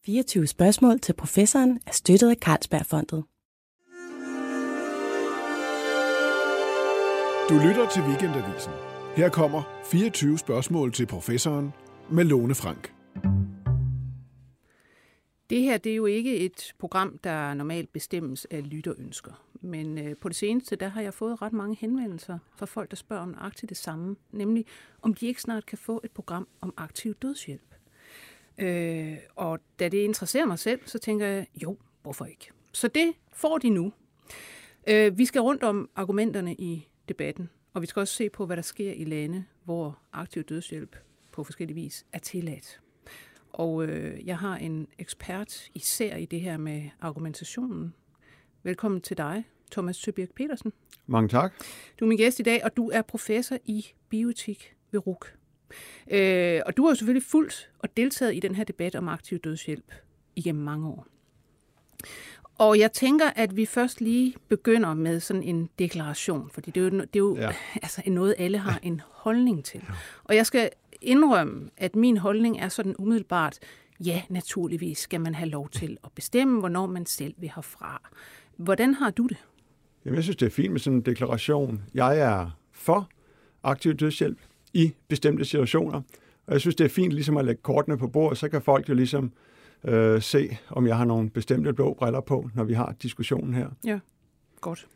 24 spørgsmål til professoren er støttet af Carlsbergfondet. Du lytter til Weekendavisen. Her kommer 24 spørgsmål til professoren med Lone Frank. Det her det er jo ikke et program, der normalt bestemmes af lytterønsker. Men på det seneste, der har jeg fået ret mange henvendelser fra folk, der spørger om nøjagtigt det samme. Nemlig, om de ikke snart kan få et program om aktiv dødshjælp. Og da det interesserer mig selv, så tænker jeg, jo, hvorfor ikke? Så det får de nu. Vi skal rundt om argumenterne i debatten, og vi skal også se på, hvad der sker i lande, hvor aktiv dødshjælp på forskellig vis er tilladt. Og jeg har en ekspert især i det her med argumentationen. Velkommen til dig, Thomas Søbjerg Petersen. Mange tak. Du er min gæst i dag, og du er professor i bioetik ved RUC. Og du har jo selvfølgelig fulgt og deltaget i den her debat om aktiv dødshjælp igennem mange år. Og jeg tænker, at vi først lige begynder med sådan en deklaration, fordi det er jo altså noget, alle har en holdning til. Og jeg skal indrømme, at min holdning er sådan umiddelbart, ja, naturligvis skal man have lov til at bestemme, hvornår man selv vil herfra. Hvordan har du det? Jamen, jeg synes, det er fint med sådan en deklaration. Jeg er for aktiv dødshjælp i bestemte situationer, og jeg synes, det er fint ligesom at lægge kortene på bordet, så kan folk jo ligesom se, om jeg har nogle bestemte blå briller på, når vi har diskussionen her. Ja, godt.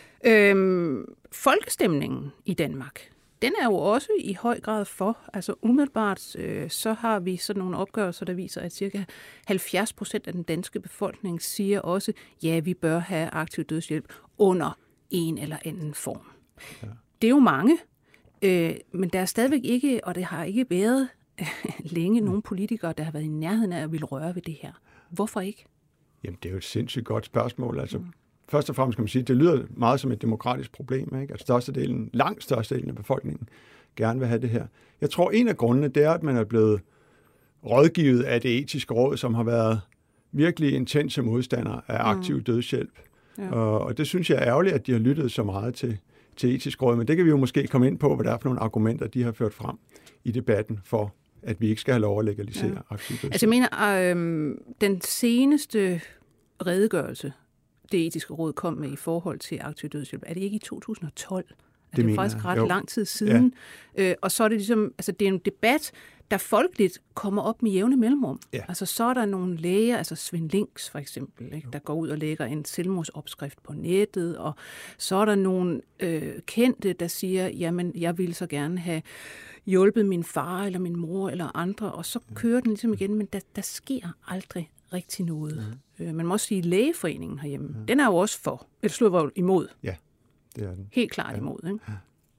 Folkestemningen i Danmark, den er jo også i høj grad for. Altså umiddelbart, så har vi sådan nogle opgørelser, der viser, at ca. 70% af den danske befolkning siger også, ja, vi bør have aktiv dødshjælp under en eller anden form. Ja. Det er jo mange, men der er stadigvæk ikke, og det har ikke været længe, nogle politikere, der har været i nærheden af at ville røre ved det her. Hvorfor ikke? Jamen, det er jo et sindssygt godt spørgsmål. Altså, først og fremmest kan man sige, at det lyder meget som et demokratisk problem, ikke? At langt størstedelen af befolkningen gerne vil have det her. Jeg tror, en af grundene, det er, at man er blevet rådgivet af det etiske råd, som har været virkelig intense modstandere af aktiv dødshjælp. Ja. Og det synes jeg er ærgerligt, at de har lyttet så meget til etisk råd, men det kan vi jo måske komme ind på, hvad der er for nogle argumenter, de har ført frem i debatten for, at vi ikke skal have lov at legalisere aktiv dødshjælp. Altså jeg mener, den seneste redegørelse, det etiske råd kom med i forhold til aktiv dødshjælp, er det ikke i 2012? Det er faktisk ret lang tid siden. Ja. Og så er det ligesom, altså det er en debat, der folkeligt kommer op med jævne mellemrum. Ja. Altså så er der nogle læger, altså Svend Links for eksempel, ikke, der går ud og lægger en selvmordsopskrift på nettet, og så er der nogle kendte, der siger, jamen jeg ville så gerne have hjulpet min far eller min mor eller andre, og så kører den ligesom igen, men der sker aldrig rigtig noget. Man må også sige, lægeforeningen herhjemme, den er jo også for, eller slået var imod. Ja, det er den. Helt klart imod, ikke? Ja.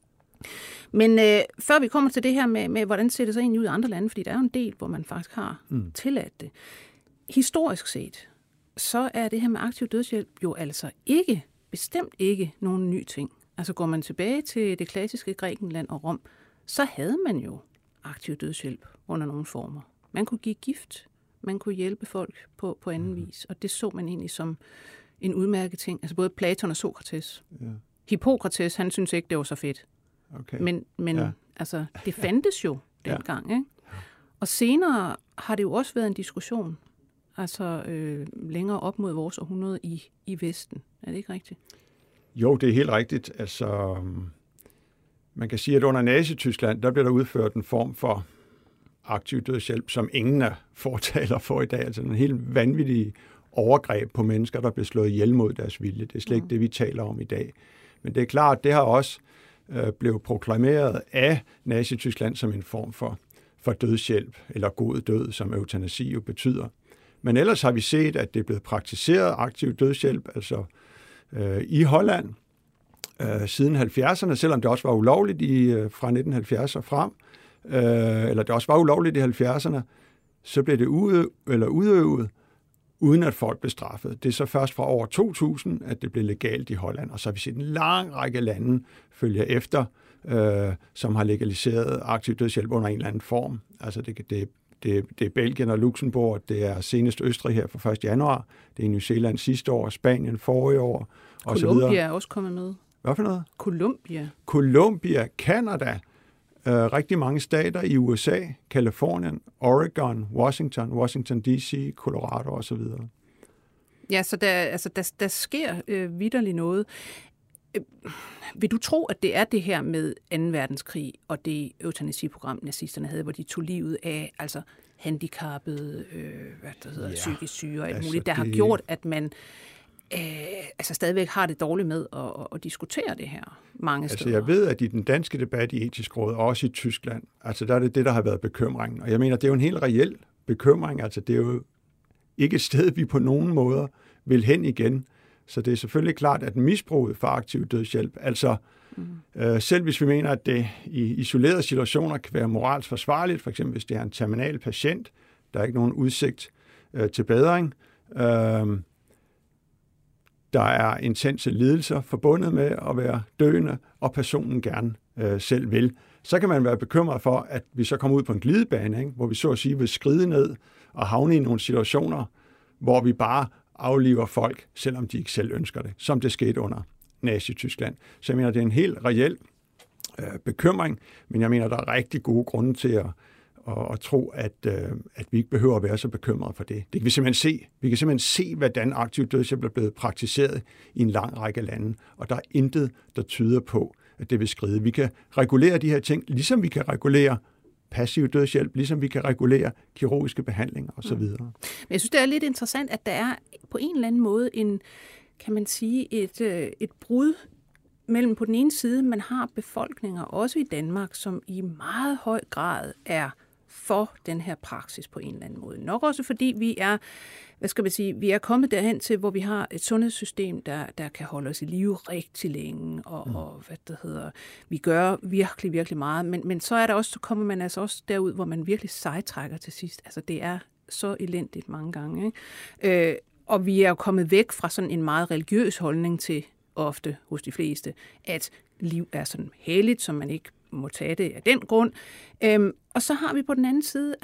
Men før vi kommer til det her med, hvordan ser det så egentlig ud i andre lande, fordi der er jo en del, hvor man faktisk har tilladt det. Historisk set, så er det her med aktiv dødshjælp jo altså bestemt ikke nogen ny ting. Altså går man tilbage til det klassiske Grækenland og Rom, så havde man jo aktiv dødshjælp under nogle former. Man kunne give gift, man kunne hjælpe folk på anden vis, og det så man egentlig som en udmærket ting. Altså både Platon og Sokrates. Ja. Hippokrates, han synes ikke, det var så fedt. Okay. Men altså, det fandtes jo dengang. Ikke? Og senere har det jo også været en diskussion, altså længere op mod vores århundrede i Vesten. Er det ikke rigtigt? Jo, det er helt rigtigt. Altså, man kan sige, at under Nazi-Tyskland, der blev der udført en form for aktiv dødshjælp, som ingen er fortaler for i dag. Altså en helt vanvittig overgreb på mennesker, der blev slået ihjel mod deres vilje. Det er slet ikke det, vi taler om i dag. Men det er klart, det har også blevet proklameret af Nazi-Tyskland som en form for dødshjælp, eller god død, som eutanasi jo betyder. Men ellers har vi set, at det er blevet praktiseret aktiv dødshjælp, altså i Holland siden 70'erne, selvom det også var ulovligt fra 1970 og frem, eller det også var ulovligt i 70'erne, så blev det udøvet, uden at folk blev straffet. Det er så først fra år 2000, at det blev legalt i Holland, og så har vi set en lang række lande følge efter, som har legaliseret aktiv dødshjælp under en eller anden form. Altså det er Belgien og Luxembourg, det er senest Østrig her fra 1. januar, det er New Zealand sidste år, Spanien forrige år, og så videre. Colombia er også kommet med. Hvad for noget? Colombia. Colombia, Canada, rigtig mange stater i USA, Californien, Oregon, Washington D.C., Colorado osv. Ja, så der sker vitterligt noget. Vil du tro, at det er det her med 2. verdenskrig og det eutanasiprogram, nazisterne havde, hvor de tog livet af altså handicappede, psykisk syge og alt muligt, der har gjort, at man stadigvæk har det dårligt med at diskutere det her mange steder? Jeg ved, at i den danske debat i Etisk Råd, og også i Tyskland, der er det, der har været bekymringen. Og jeg mener, det er jo en helt reel bekymring. Altså, det er jo ikke et sted, vi på nogen måder vil hen igen. Så det er selvfølgelig klart, at misbruget for aktiv dødshjælp, altså selv hvis vi mener, at det i isolerede situationer kan være moralsk forsvarligt, for eksempel hvis det er en terminal patient, der er ikke nogen udsigt til bedring, der er intense lidelser forbundet med at være døende, og personen gerne selv vil, så kan man være bekymret for, at vi så kommer ud på en glidebane, ikke? Hvor vi så at sige vil skride ned og havne i nogle situationer, hvor vi bare afliver folk, selvom de ikke selv ønsker det, som det skete under Nazi-Tyskland. Så jeg mener, det er en helt reel bekymring, men jeg mener, der er rigtig gode grunde til at tro, at vi ikke behøver at være så bekymrede for det. Det kan vi simpelthen se. Vi kan simpelthen se, hvordan aktiv dødshjælp er blevet praktiseret i en lang række lande, og der er intet, der tyder på, at det vil skride. Vi kan regulere de her ting, ligesom vi kan regulere passiv dødshjælp, ligesom vi kan regulere kirurgiske behandlinger osv. Men jeg synes, det er lidt interessant, at der er på en eller anden måde kan man sige, et brud mellem på den ene side, man har befolkninger, også i Danmark, som i meget høj grad er for den her praksis på en eller anden måde. Nok også fordi vi er, vi er kommet derhen til, hvor vi har et sundhedssystem, der kan holde os i live rigtig længe, og vi gør virkelig, virkelig meget, men så kommer man altså også derud, hvor man virkelig sejtrækker til sidst. Altså det er så elendigt mange gange, ikke? Og vi er jo kommet væk fra sådan en meget religiøs holdning til, ofte hos de fleste, at liv er sådan helligt, som man ikke må tage det af den grund. Og så har vi på den anden side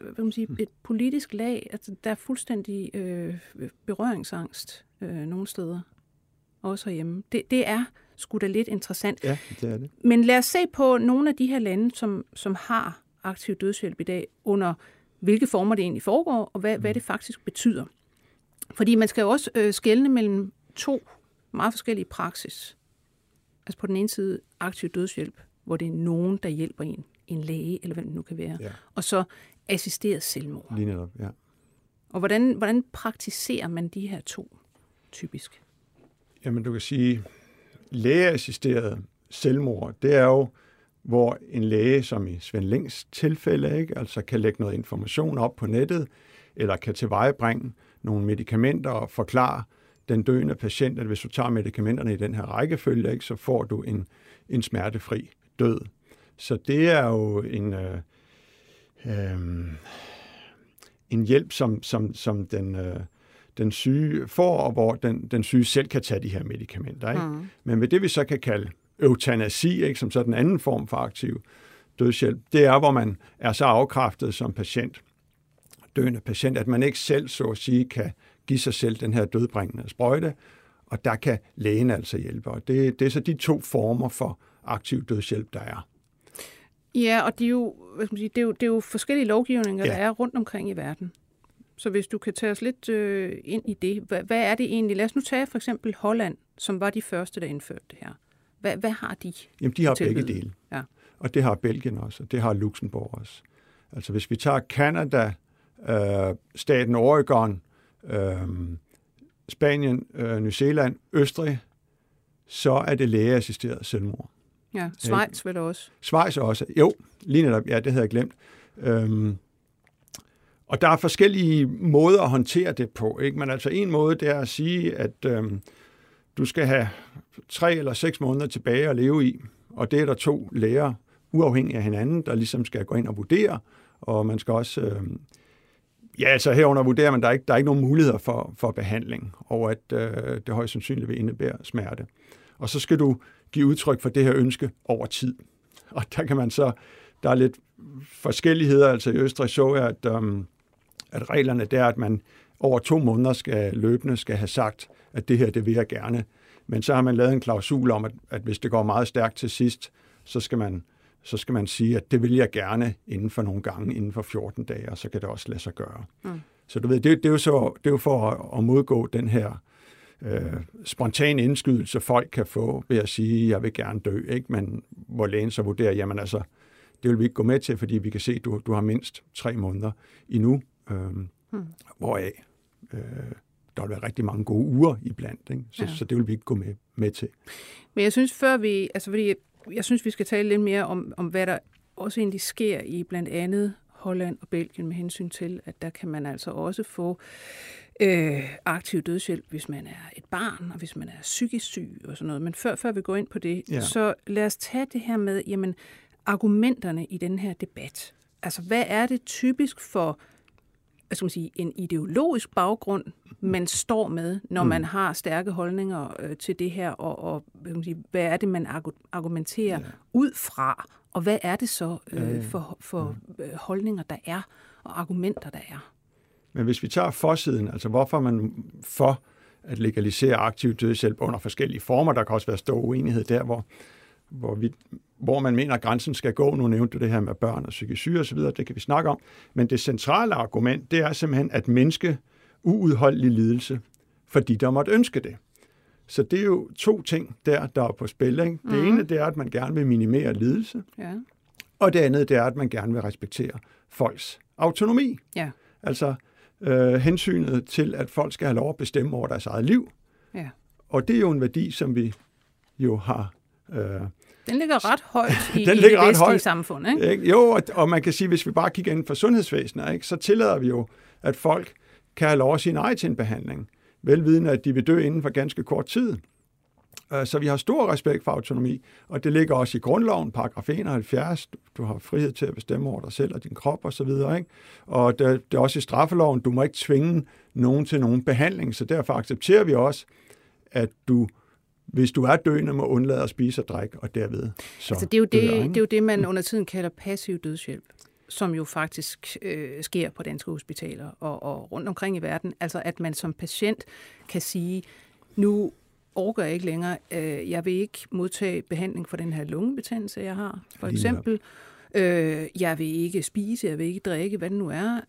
et politisk lag, altså, der er fuldstændig berøringsangst nogle steder, også herhjemme. Det er sgu da lidt interessant. Ja, det er det. Men lad os se på nogle af de her lande, som har aktiv dødshjælp i dag, under hvilke former det egentlig foregår, og hvad det faktisk betyder. Fordi man skal jo også skelne mellem to meget forskellige praksis. Altså på den ene side aktiv dødshjælp, hvor det er nogen, der hjælper en læge, eller hvad det nu kan være. Ja. Og så assisteret selvmord. Lige netop, ja. Og hvordan praktiserer man de her to, typisk? Jamen, du kan sige, lægeassisteret selvmord, det er jo, hvor en læge, som i Svend Links tilfælde, ikke, altså kan lægge noget information op på nettet, eller kan tilvejebringe nogle medicamenter og forklare den døende patient, at hvis du tager medicamenterne i den her rækkefølge, ikke, så får du en smertefri død. Så det er jo en hjælp, som den syge får, og hvor den syge selv kan tage de her medicamenter. Ikke? Men med det, vi så kan kalde eutanasi, ikke, som så den anden form for aktiv dødshjælp, det er, hvor man er så afkræftet som patient, døende patient, at man ikke selv, så at sige, kan give sig selv den her dødbringende sprøjte, og der kan lægen altså hjælpe. Og det er så de to former for aktiv dødshjælp, der er. Ja, og det er jo forskellige lovgivninger, der er rundt omkring i verden. Så hvis du kan tage os lidt ind i det, hvad er det egentlig? Lad os nu tage for eksempel Holland, som var de første, der indførte det her. Hvad har de? Jamen, de har begge dele. Ja. Og det har Belgien også, og det har Luxembourg også. Altså hvis vi tager Canada, staten Oregon, Spanien, New Zealand, Østrig, så er det lægeassisteret selvmord. Ja, Schweiz vel også. Schweiz også. Jo, lige netop. Ja, det havde jeg glemt. Og der er forskellige måder at håndtere det på. Ikke? Men altså en måde, det er at sige, at du skal have 3 eller 6 måneder tilbage at leve i. Og det er der 2 læger, uafhængig af hinanden, der ligesom skal gå ind og vurdere. Og man skal også... altså herunder vurderer man, der er ikke nogen muligheder for behandling, og at det højst sandsynligt vil indebære smerte. Og så skal du give udtryk for det her ønske over tid. Og der kan man så, der er lidt forskelligheder, altså i Østrig så jeg, at reglerne der, at man over 2 måneder løbende skal have sagt, at det her, det vil jeg gerne. Men så har man lavet en klausul om, at hvis det går meget stærkt til sidst, så så skal man sige, at det vil jeg gerne inden for nogle gange, inden for 14 dage, og så kan det også lade sig gøre. Så du ved, det er jo for at modgå den her spontan indskydelse, folk kan få ved at sige, at jeg vil gerne dø, ikke? Men hvor lægen så vurderer, jamen altså, det vil vi ikke gå med til, fordi vi kan se, at du har mindst 3 måneder endnu, hvoraf der vil være rigtig mange gode uger iblandt, ikke? Så det vil vi ikke gå med til. Men jeg synes, fordi jeg synes, vi skal tale lidt mere om, hvad der også egentlig sker i blandt andet Holland og Belgien med hensyn til, at der kan man altså også få aktiv dødshjælp, hvis man er et barn, og hvis man er psykisk syg og sådan noget. Men før vi går ind på det, så lad os tage det her med, jamen, argumenterne i den her debat. Altså, hvad er det typisk for, hvad skal man sige, en ideologisk baggrund, man står med, når man har stærke holdninger til det her, og hvad er det, man argumenterer ud fra, og hvad er det så for holdninger, der er, og argumenter, der er? Men hvis vi tager forsiden, altså hvorfor man for at legalisere aktiv dødshjælp under forskellige former, der kan også være stor uenighed der, hvor man mener, at grænsen skal gå. Nu nævnte du det her med børn og psykisk syge osv., det kan vi snakke om. Men det centrale argument, det er simpelthen at mindske uudholdelig lidelse, fordi der måtte ønske det. Så det er jo 2 ting, der er på spil. Ikke? Det ene, det er, at man gerne vil minimere lidelse, og det andet, det er, at man gerne vil respektere folks autonomi. Ja. Altså hensynet til, at folk skal have lov at bestemme over deres eget liv. Ja. Og det er jo en værdi, som vi jo har... Den ligger ret højt i det vestlige samfund, ikke? Jo, og man kan sige, hvis vi bare kigger inden for sundhedsvæsenet, ikke, så tillader vi jo, at folk kan have lov at sige nej til en behandling, velvidende, at de vil dø inden for ganske kort tid. Så vi har stor respekt for autonomi, og det ligger også i grundloven, paragraf 71, du har frihed til at bestemme over dig selv og din krop osv., ikke? Og det er også i straffeloven, du må ikke tvinge nogen til nogen behandling, så derfor accepterer vi også, at du, hvis du er døende, må undlade at spise og drikke, og derved så altså det er jo det, man under tiden kalder passiv dødshjælp, som jo faktisk sker på danske hospitaler og rundt omkring i verden. Altså at man som patient kan sige, nu orker jeg ikke længere, jeg vil ikke modtage behandling for den her lungebetændelse, jeg har, for eksempel. Jeg vil ikke spise, jeg vil ikke drikke, hvad det nu er.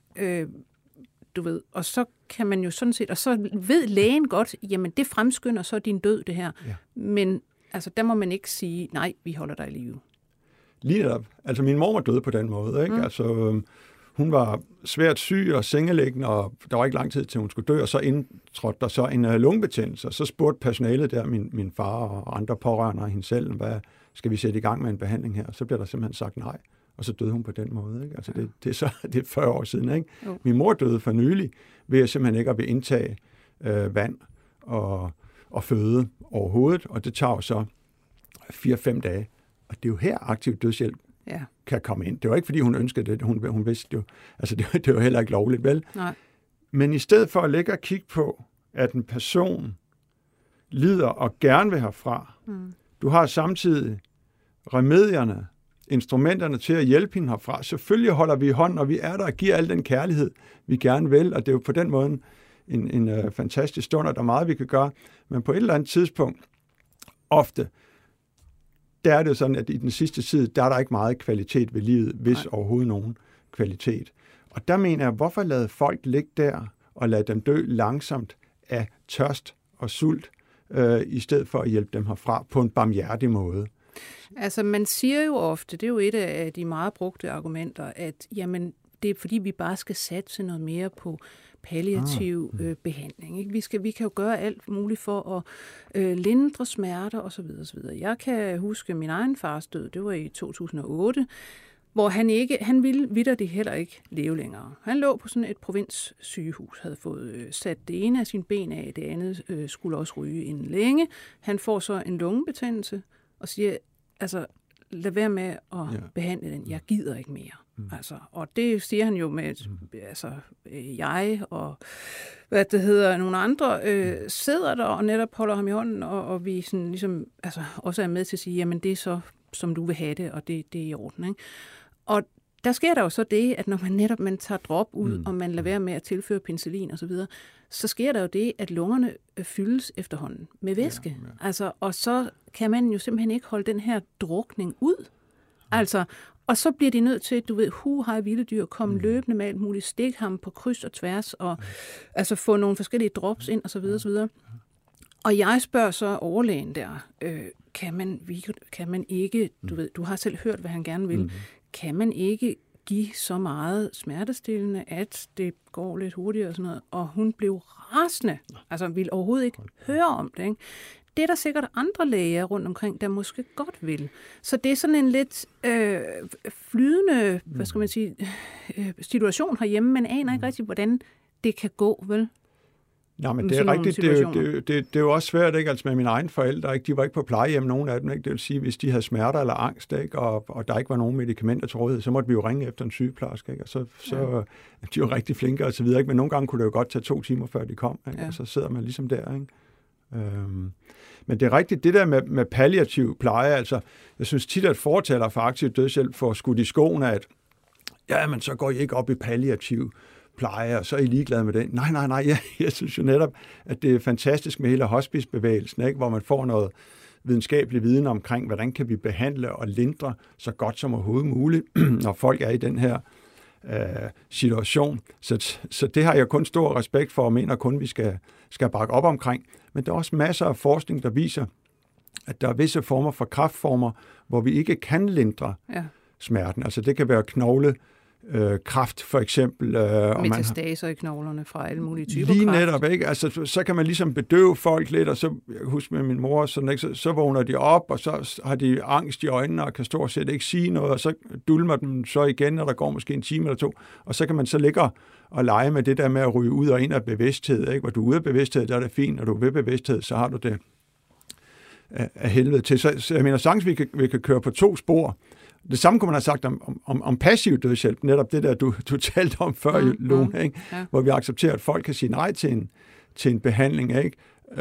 Du ved, og så kan man jo sådan set, og så ved lægen godt, jamen det fremskynder så din død, det her. Ja. Men altså, der må man ikke sige, nej, vi holder dig i live. Lige netop. Altså min mor var døde på den måde, ikke? Altså hun var svært syg og sengeliggende, og der var ikke lang tid til hun skulle dø, og så indtrådte der så en lungebetændelse, og så spurgte personalet der, min far og andre pårørende og hende selv, hvad skal vi sætte i gang med en behandling her? Og så bliver der simpelthen sagt nej. Og så døde hun på den måde. Ikke? Altså det er 40 år siden. Ikke? Min mor døde for nylig ved at simpelthen ikke at vil indtage vand og føde overhovedet, og det tager jo så 4-5 dage. Og det er jo her aktiv dødshjælp kan komme ind. Det var ikke, fordi hun ønskede det. Hun vidste jo. Altså det var heller ikke lovligt, vel? Nej. Men i stedet for at lægge og kigge på, at en person lider og gerne vil herfra, du har samtidig remedierne, instrumenterne til at hjælpe hende herfra. Selvfølgelig holder vi i hånden, og vi er der og giver al den kærlighed, vi gerne vil, og det er jo på den måde en fantastisk stund, og der er meget, vi kan gøre. Men på et eller andet tidspunkt, ofte, der er det sådan, at i den sidste tid, der er der ikke meget kvalitet ved livet, hvis overhovedet nogen kvalitet. Og der mener jeg, hvorfor lade folk ligge der og lade dem dø langsomt af tørst og sult, i stedet for at hjælpe dem herfra på en barmhjertig måde? Altså, man siger jo ofte, det er jo et af de meget brugte argumenter, at jamen, det er fordi, vi bare skal satse noget mere på palliativ behandling. Ikke? Vi kan jo gøre alt muligt for at lindre smerter osv. osv. Jeg kan huske min egen fars død, det var i 2008, hvor han ville vitterligt heller ikke leve længere. Han lå på sådan et provinssygehus, havde fået sat det ene af sine ben af, det andet skulle også ryge inden længe. Han får så en lungebetændelse og siger, altså, lad være med at behandle den. Jeg gider ikke mere. Altså, og det siger han jo med, altså, jeg og nogle andre sidder der og netop holder ham i hånden, og vi sådan ligesom, altså, også er med til at sige, jamen det er så, som du vil have det, og det er i orden. Ikke? Og der sker der jo så det, at når man tager drop ud, og man lader være med at tilføre penicillin osv., så sker der jo det, at lungerne fyldes efterhånden med væske. Ja. Altså, og så kan man jo simpelthen ikke holde den her drukning ud. Altså, og så bliver de nødt til, hej vilde dyr, komme løbende med alt muligt, stik ham på kryds og tværs, og altså få nogle forskellige drops ind, og så videre, og så videre. Og jeg spørger så overlægen der, kan man ikke, du har selv hørt, hvad han gerne vil, kan man ikke give så meget smertestillende, at det går lidt hurtigere og sådan noget, og hun blev rasende, altså ville overhovedet ikke høre om det, ikke? Det er der sikkert andre læger rundt omkring, der måske godt vil. Så det er sådan en lidt flydende, hvad skal man sige, situation herhjemme, men aner ikke rigtig, hvordan det kan gå, vel? Ja, men det er rigtigt. Det er jo også svært, ikke? Altså med mine egne forældre, ikke? De var ikke på plejehjem, nogen af dem, ikke? Det vil sige, hvis de havde smerter eller angst, ikke? Og der ikke var nogen medicamenter til rådighed, så måtte vi jo ringe efter en sygeplejerske, ikke? Og så de var rigtig flinke og så videre, ikke? Men nogle gange kunne det jo godt tage 2 timer, før de kom, ikke? Og så sidder man ligesom der, ikke? Men det er rigtigt, det der med palliativ pleje, altså, jeg synes tit, at fortaler for aktiv dødshjælp får skudt i skoene, at men så går I ikke op i palliativ pleje, og så er I ligeglade med det. Nej, jeg synes jo netop, at det er fantastisk med hele hospicebevægelsen, ikke? Hvor man får noget videnskabelig viden omkring, hvordan kan vi behandle og lindre så godt som overhovedet muligt, når folk er i den her situation. Så det har jeg kun stor respekt for, og mener kun, vi skal bakke op omkring. Men der er også masser af forskning, der viser, at der er visse former for kræftformer, hvor vi ikke kan lindre smerten. Altså det kan være knoglekræft for eksempel. Metastaser i knoglerne fra alle mulige typer lige kræft. Netop, ikke? Altså så kan man ligesom bedøve folk lidt, og så, jeg husker med min mor, så vågner de op, og så har de angst i øjnene, og kan stort set ikke sige noget, og så dulmer dem så igen, og der går måske en time eller 2, og så kan man så ligge og lege med det der med at ryge ud og ind af bevidsthed, ikke? Hvor du er ude af bevidsthed, der er det fint, og du er ved bevidsthed, så har du det af helvede til. Så jeg mener, sagtens vi kan køre på 2 spor. Det samme kunne man have sagt om passiv dødshjælp, netop det der, du talte om før, Lone, ikke? Ja. Hvor vi accepterer, at folk kan sige nej til en behandling, ikke?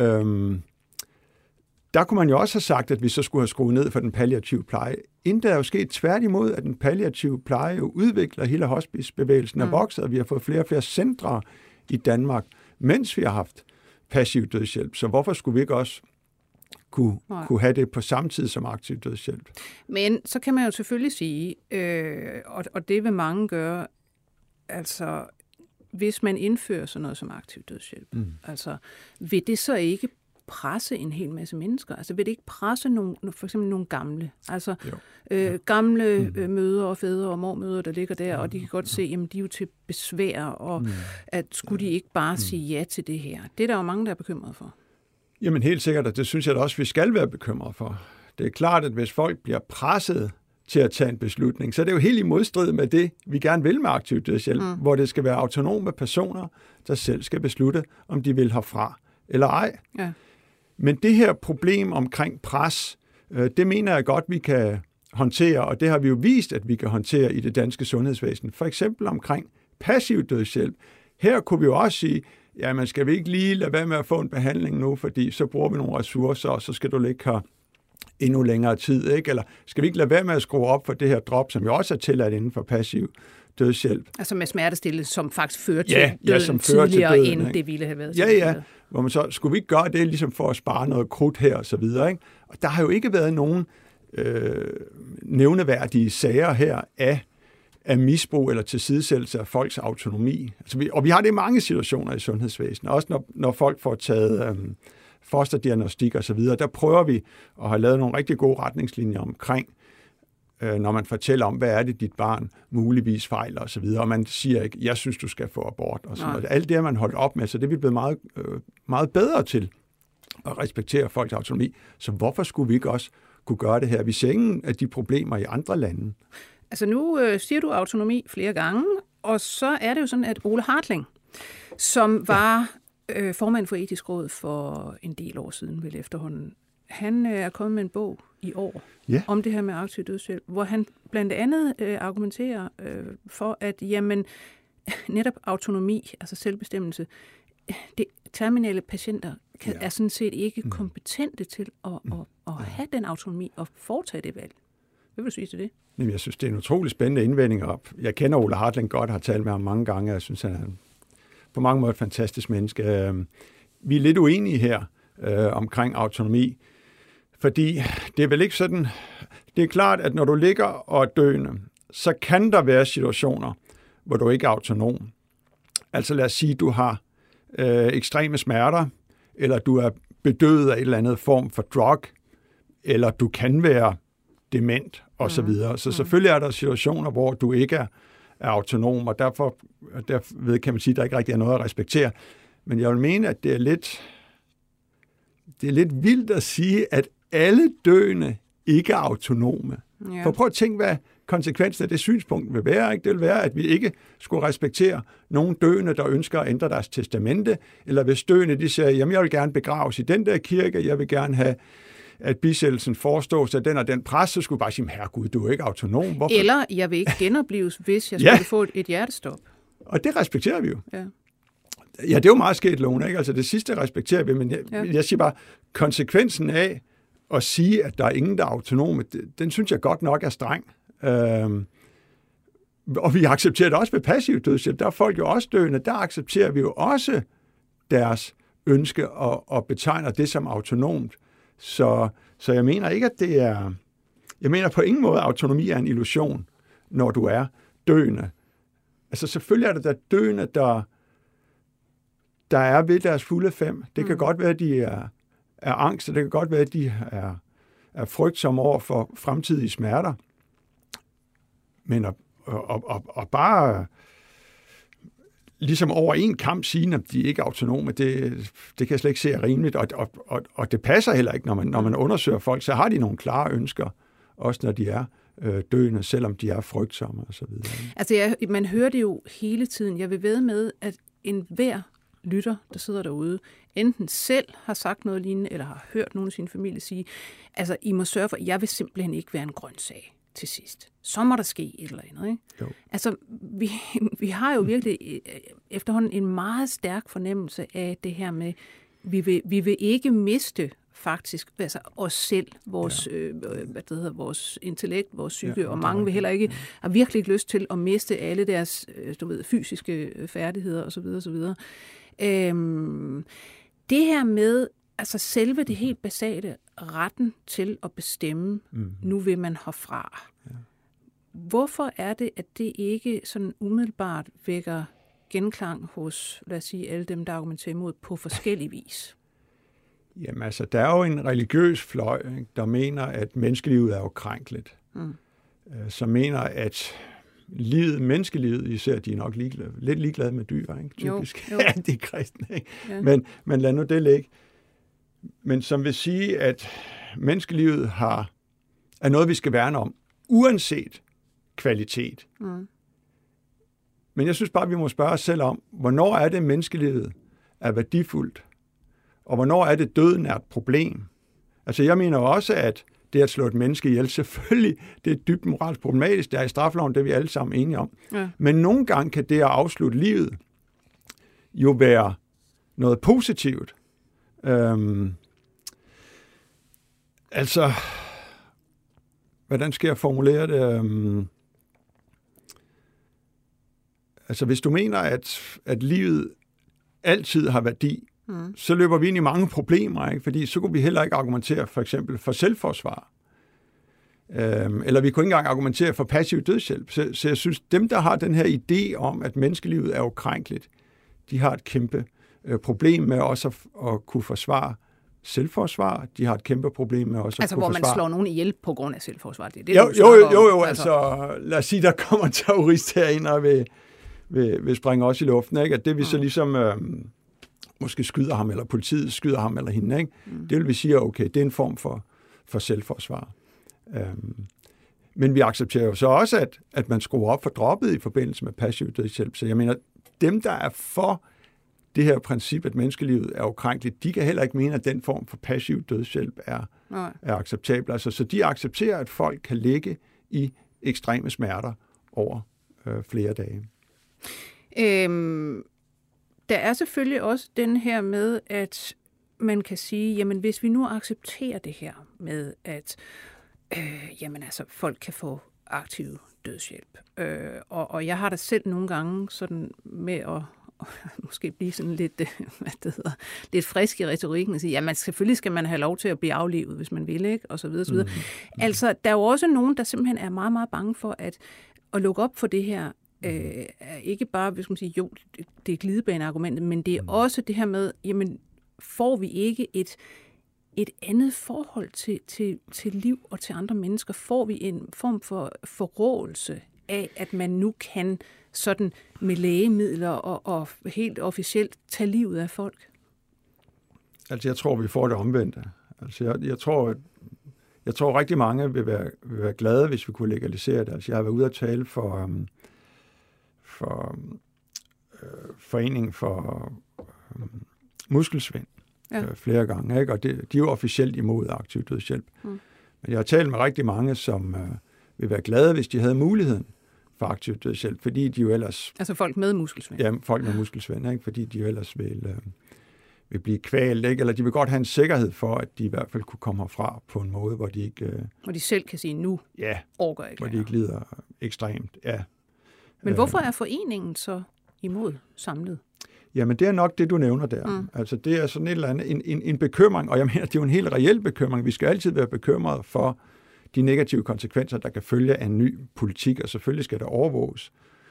Der kunne man jo også have sagt, at vi så skulle have skruet ned for den palliative pleje. Inden der er jo sket tværtimod, at den palliative pleje jo udvikler hele hospicebevægelsen af vokset, og vi har fået flere og flere centre i Danmark, mens vi har haft passiv dødshjælp. Så hvorfor skulle vi ikke også kunne have det på samme tid som aktiv dødshjælp? Men så kan man jo selvfølgelig sige, og det vil mange gøre, altså hvis man indfører sådan noget som aktiv dødshjælp, altså vil det så ikke presse en hel masse mennesker? Altså vil det ikke presse for eksempel nogle gamle, altså gamle mødre og fædre og mormødre, der ligger der, og de kan godt se, jamen de er jo til besvær, og at skulle de ikke bare sige ja til det her? Det er der jo mange, der er bekymret for. Jamen helt sikkert, og det synes jeg da også, vi skal være bekymret for. Det er klart, at hvis folk bliver presset til at tage en beslutning, så er det jo helt i modstrid med det, vi gerne vil med aktiv dødshjælp, hvor det skal være autonome personer, der selv skal beslutte, om de vil herfra eller ej. Ja. Men det her problem omkring pres, det mener jeg godt, vi kan håndtere, og det har vi jo vist, at vi kan håndtere i det danske sundhedsvæsen. For eksempel omkring passiv dødshjælp. Her kunne vi jo også sige, jamen skal vi ikke lige lade være med at få en behandling nu, fordi så bruger vi nogle ressourcer, og så skal du ligge her endnu længere tid, ikke? Eller skal vi ikke lade være med at skrue op for det her drop, som jo også er tilladt inden for passiv dødshjælp? Altså med smertestillende, som faktisk fører til døden tidligere, end det ville have været. Ja. Hvor man så, skulle vi ikke gøre det ligesom for at spare noget krudt her og så videre, ikke? Og der har jo ikke været nogen nævneværdige sager her af misbrug eller tilsidesættelse af folks autonomi. Altså vi har det i mange situationer i sundhedsvæsenet, også når folk får taget fosterdiagnostik og så videre. Der prøver vi at have lavet nogle rigtig gode retningslinjer omkring, når man fortæller om, hvad er det, dit barn muligvis fejler og så videre, og man siger ikke, jeg synes, du skal få abort og sådan noget. Alt det har man holdt op med, så det er vi blevet meget, meget bedre til at respektere folks autonomi. Så hvorfor skulle vi ikke også kunne gøre det her? Vi ser ingen af de problemer i andre lande. Altså nu siger du autonomi flere gange, og så er det jo sådan, at Ole Hartling, som var formand for Etisk Råd for en del år siden, vel efterhånden, han er kommet med en bog i år om det her med aktiv dødshjælp, hvor han blandt andet argumenterer for, at jamen, netop autonomi, altså selvbestemmelse, terminale patienter er sådan set ikke kompetente til at have den autonomi og foretage det valg. Hvad vil du sige til det? Jamen, jeg synes, det er en utrolig spændende indvending op. Jeg kender Ole Hartling godt, har talt med ham mange gange, jeg synes, han er på mange måder et fantastisk menneske. Vi er lidt uenige her omkring autonomi, fordi det er vel ikke sådan, Det er klart, at når du ligger og er døende, så kan der være situationer, hvor du ikke er autonom. Altså lad os sige, at du har ekstreme smerter, eller du er bedøvet af en eller anden form for drug, eller du kan være dement osv. Så selvfølgelig er der situationer, hvor du ikke er autonom, og derved kan man sige, at der ikke rigtig er noget at respektere. Men jeg vil mene, at det er lidt vildt at sige, at alle døende ikke er autonome. Ja. For prøv at tænke, hvad konsekvensen af det synspunkt vil være. Ikke? Det vil være, at vi ikke skulle respektere nogen døende, der ønsker at ændre deres testamente, eller hvis døende de siger, jamen jeg vil gerne begraves i den der kirke, jeg vil gerne have, at bisættelsen forestås af den og den præst, så skulle bare sige, herregud, du er ikke autonom. Hvorfor? Eller jeg vil ikke genopleves, hvis jeg skulle få et hjertestop. Og det respekterer vi jo. Ja. Ja, det er jo meget sket, Lone, ikke? Altså det sidste respekterer vi, men jeg siger bare, konsekvensen af at sige, at der er ingen, der er autonome, den synes jeg godt nok er streng. Og vi accepterer det også ved passiv dødshjælp. Der er folk jo også døende, der accepterer vi jo også deres ønske og betegner det som autonomt. Så jeg mener ikke, at det er... Jeg mener på ingen måde, at autonomi er en illusion, når du er døende. Altså selvfølgelig er det der døende, der er ved deres fulde fem. Det kan godt være, at de er angst, og det kan godt være, at de er frygtsomme over for fremtidige smerter. Men at bare ligesom over en kamp sige, at de ikke er autonome, det kan jeg slet ikke se er rimeligt, og det passer heller ikke, når man undersøger folk, så har de nogle klare ønsker, også når de er døende, selvom de er frygtsomme og så videre. Altså man hører det jo hele tiden. Jeg vil vædde med, at enhver lytter, der sidder derude, enten selv har sagt noget lignende, eller har hørt nogen af sin familie sige, altså I må sørge for, jeg vil simpelthen ikke være en grøntsag til sidst. Så må der ske et eller andet, ikke? Jo. Altså, vi har jo virkelig efterhånden en meget stærk fornemmelse af det her med, vi vil ikke miste faktisk altså os selv, vores, vores intellekt, vores psyke, og mange vil heller ikke, har virkelig ikke lyst til at miste alle deres fysiske færdigheder osv. Det her med altså selve det helt basale, retten til at bestemme, nu vil man herfra. Ja. Hvorfor er det, at det ikke sådan umiddelbart vækker genklang hos, lad os sige, alle dem, der argumenterer imod på forskellig vis? Jamen altså, der er jo en religiøs fløj, ikke, der mener, at menneskelivet er ukrænkeligt. Som mener, at menneskelivet, især de er nok lidt ligeglade med dyr, ikke? Typisk. Jo. Ja, de er kristne, ikke? Ja. Men lad nu det ligge. Men som vil sige, at menneskelivet er noget, vi skal værne om, uanset kvalitet. Men jeg synes bare, vi må spørge os selv om, hvornår er det, menneskelivet er værdifuldt, og hvornår er det, døden er et problem? Altså jeg mener også, at det at slå et menneske ihjel, selvfølgelig, det er dybt moralsk problematisk, det er i straffeloven, det er vi alle sammen enige om. Ja. Men nogle gange kan det at afslutte livet jo være noget positivt. Altså, hvordan skal jeg formulere det? Altså, hvis du mener, at livet altid har værdi, så løber vi ind i mange problemer, ikke? Fordi så kunne vi heller ikke argumentere for eksempel for selvforsvar. Eller vi kunne ikke engang argumentere for passiv dødshjælp. Så jeg synes, dem, der har den her idé om, at menneskelivet er ukrænkeligt, de har et kæmpe problem med også at kunne forsvare selvforsvar. De har et kæmpe problem med også at kunne forsvare... Altså, hvor man slår nogen ihjel på grund af selvforsvar. Det er det, jo, altså lad os sige, der kommer en terrorist herind og vil springe os i luften, ikke? At det vi så ligesom... måske skyder ham, eller politiet skyder ham eller hende, ikke? Det vil vi sige, okay, det er en form for selvforsvar. Men vi accepterer jo så også, at man skruer op for droppet i forbindelse med passiv dødshjælp. Så jeg mener, dem, der er for det her princip, at menneskelivet er ukrænkeligt, de kan heller ikke mene, at den form for passiv dødshjælp er acceptabel. Altså, så de accepterer, at folk kan ligge i ekstreme smerter over flere dage. Der er selvfølgelig også den her med, at man kan sige, jamen hvis vi nu accepterer det her med, at jamen altså, folk kan få aktiv dødshjælp. Og jeg har da selv nogle gange sådan med måske blive sådan lidt, lidt frisk i retorikken og sige, jamen selvfølgelig skal man have lov til at blive aflivet, hvis man vil, ikke? Og så videre, så videre. Altså, der er jo også nogen, der simpelthen er meget, meget bange for at lukke op for det her. Ikke bare, hvis man siger, jo, det er glidebaneargumentet, men det er også det her med, jamen, får vi ikke et andet forhold til liv og til andre mennesker? Får vi en form for forrådelse af, at man nu kan sådan med lægemidler og helt officielt tage livet af folk? Altså, jeg tror, vi får det omvendte. Altså, jeg tror rigtig mange vil være glade, hvis vi kunne legalisere det. Altså, jeg har været ude at tale for Foreningen for Muskelsvind flere gange, ikke? Og de er jo officielt imod aktiv dødshjælp. Men jeg har talt med rigtig mange, som vil være glade, hvis de havde muligheden for aktiv dødshjælp, fordi de jo ellers... Altså folk med muskelsvind? Ja, folk med muskelsvind, ikke? Fordi de jo ellers vil blive kvalt, ikke? Eller de vil godt have en sikkerhed for, at de i hvert fald kunne komme herfra på en måde, hvor de ikke... Hvor de selv kan sige, nu orker ikke. Hvor de ikke lider ekstremt, ja. Men hvorfor er foreningen så imod samlet? Jamen, det er nok det, du nævner der. Altså, det er sådan et eller andet, en bekymring, og jeg mener, det er jo en helt reel bekymring. Vi skal altid være bekymrede for de negative konsekvenser, der kan følge af en ny politik, og selvfølgelig skal der overvåges.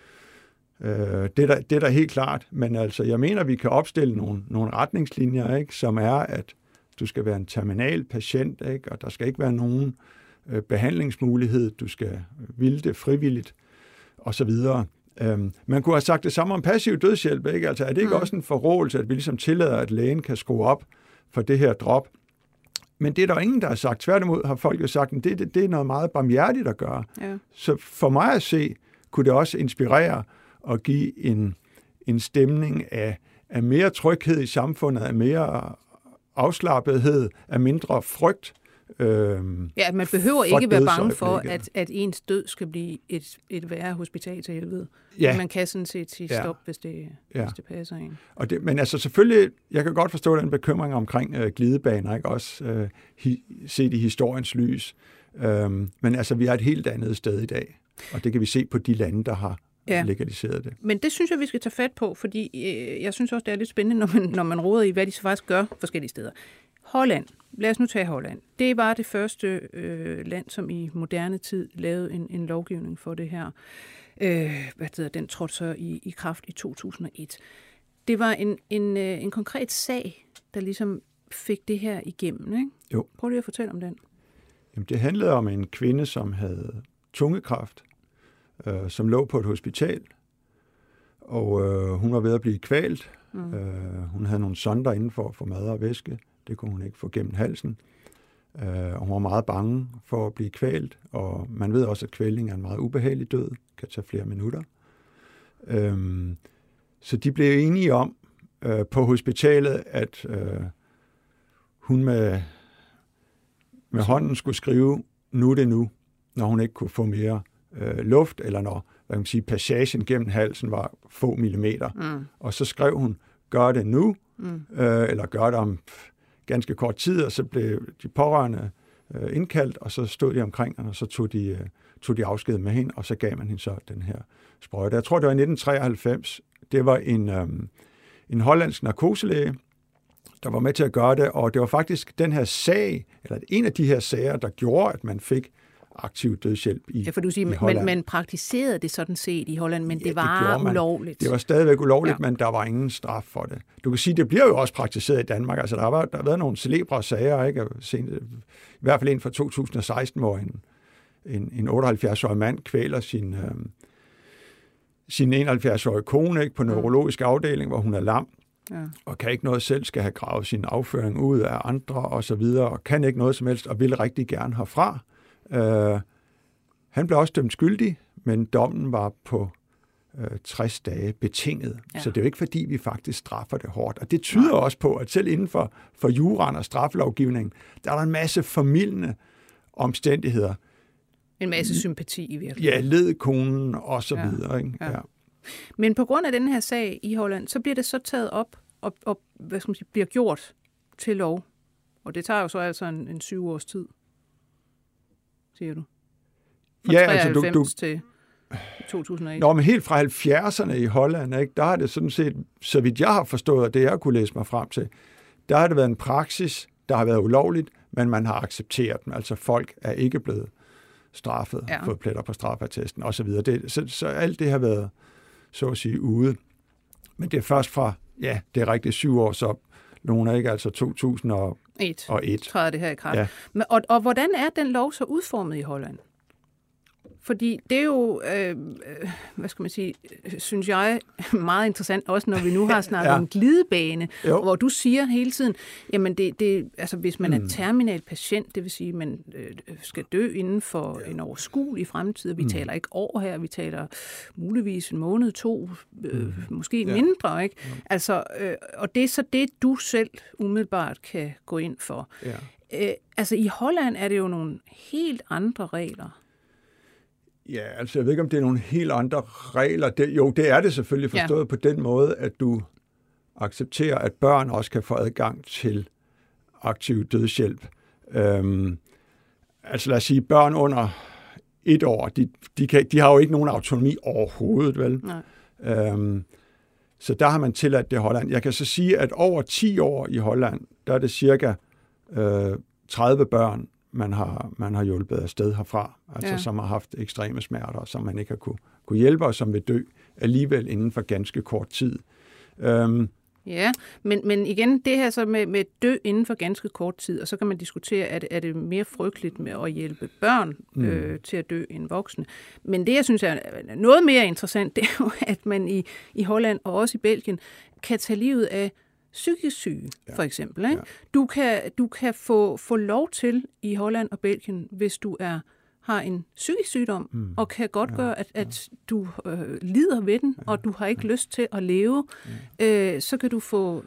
Det er der helt klart, men altså, jeg mener, vi kan opstille nogle retningslinjer, ikke, som er, at du skal være en terminal patient, ikke, og der skal ikke være nogen behandlingsmulighed, du skal ville det frivilligt, og så videre. Man kunne have sagt det samme om passiv dødshjælp, ikke? Altså, er det ikke også en forrådelse, at vi ligesom tillader, at lægen kan skrue op for det her drop? Men det er der ingen, der har sagt. Tværtimod har folk jo sagt, at det er noget meget barmhjertigt at gøre. Ja. Så for mig at se, kunne det også inspirere og give en stemning af mere tryghed i samfundet, af mere afslappethed, af mindre frygt. Ja, man behøver ikke være bange for, at ens død skal blive et værre hospital til helvede. Ja. Man kan sådan set sige stop, hvis det passer en. Men altså selvfølgelig, jeg kan godt forstå den bekymring omkring glidebaner, ikke? Også set i historiens lys. Men altså, vi er et helt andet sted i dag, og det kan vi se på de lande, der har legaliseret det. Men det synes jeg, vi skal tage fat på, fordi jeg synes også, det er lidt spændende, når man roder i, hvad de så faktisk gør forskellige steder. Holland. Lad os nu tage Holland. Det var det første land, som i moderne tid lavede en lovgivning for det her. Den trådte så i kraft i 2001. Det var en konkret sag, der ligesom fik det her igennem, ikke? Jo. Prøv lige at fortælle om den. Jamen, det handlede om en kvinde, som havde tungekræft, som lå på et hospital, og hun var ved at blive kvalt. Hun havde nogle sonder inden for mad og væske. Det kunne hun ikke få gennem halsen. Og hun var meget bange for at blive kvalt, og man ved også, at kvælning er en meget ubehagelig død, kan tage flere minutter. Så de blev enige om på hospitalet, at hun med hånden skulle skrive, nu er det nu, når hun ikke kunne få mere luft, eller når passagen gennem halsen var få millimeter. Og så skrev hun, gør det nu, eller gør det om ganske kort tid, og så blev de pårørende indkaldt, og så stod de omkring, og så tog de afsked med hende, og så gav man hende så den her sprøjte. Jeg tror, det var i 1993. Det var en hollandsk narkoselæge, der var med til at gøre det, og det var faktisk den her sag, eller en af de her sager, der gjorde, at man fik aktiv dødshjælp i Holland. Ja, for du siger, man praktiserede det sådan set i Holland, men det var ulovligt. Det var stadigvæk ulovligt, men der var ingen straf for det. Du kan sige, det bliver jo også praktiseret i Danmark. Altså, der har været nogle celebre sager, ikke? I hvert fald en fra 2016, hvor en 78-årig mand kvæler sin 71-årige kone, ikke, på neurologisk afdeling, hvor hun er lam, og kan ikke noget selv, skal have gravet sin afføring ud af andre og så videre, og kan ikke noget som helst, og vil rigtig gerne herfra. Han blev også dømt skyldig, men dommen var på 60 dage betinget. Ja. Så det er jo ikke, fordi vi faktisk straffer det hårdt. Og det tyder også på, at selv inden for juraen og straffelovgivningen, der er der en masse formildende omstændigheder. En masse sympati i virkeligheden. Ja, led konen og så videre. Ikke? Ja. Men på grund af den her sag i Holland, så bliver det så taget op og bliver gjort til lov. Og det tager jo så altså en 7 års tid, siger du. Fra 93 til i 2001. Nå, men helt fra 70'erne i Holland, ikke, der har det sådan set, så vidt jeg har forstået, og det jeg kunne læse mig frem til, der har det været en praksis, der har været ulovligt, men man har accepteret dem. Altså folk er ikke blevet straffet, fået pletter på straffeattesten osv. Så alt det har været, så at sige, ude. Men det er først fra, det er rigtigt 7 år, så nogen er ikke, altså 2001. Træder det her i kraft. Ja. Men, og hvordan er den lov så udformet i Holland? Fordi det er jo, hvad skal man sige, synes jeg, meget interessant, også når vi nu har snakket om glidebane, hvor du siger hele tiden, jamen altså hvis man er terminal patient, det vil sige, at man skal dø inden for en overskuelig fremtid, vi taler ikke år her, vi taler muligvis en måned, 2, måske mindre, ikke? Altså, og det er så det, du selv umiddelbart kan gå ind for. Ja. Altså i Holland er det jo nogle helt andre regler. Ja, altså jeg ved ikke, om det er nogle helt andre regler. Det er det selvfølgelig forstået på den måde, at du accepterer, at børn også kan få adgang til aktiv dødshjælp. Altså lad os sige, børn under 1 år, de har jo ikke nogen autonomi overhovedet, vel? Så der har man tilladt det i Holland. Jeg kan så sige, at over 10 år i Holland, der er det cirka 30 børn, man har hjulpet afsted herfra, altså som har haft ekstreme smerter, som man ikke har kunne hjælpe, og som vil dø alligevel inden for ganske kort tid. Ja, men igen, det her så med dø inden for ganske kort tid, og så kan man diskutere, er det mere frygteligt med at hjælpe børn til at dø end voksne. Men det, jeg synes er noget mere interessant, det er jo, at man i Holland og også i Belgien kan tage livet af psykisk syge, for eksempel. Ikke? Ja. Du kan få lov til i Holland og Belgien, hvis du har en psykisk sygdom, og kan godt gøre, at du lider ved den, og du har ikke lyst til at leve, så kan du få,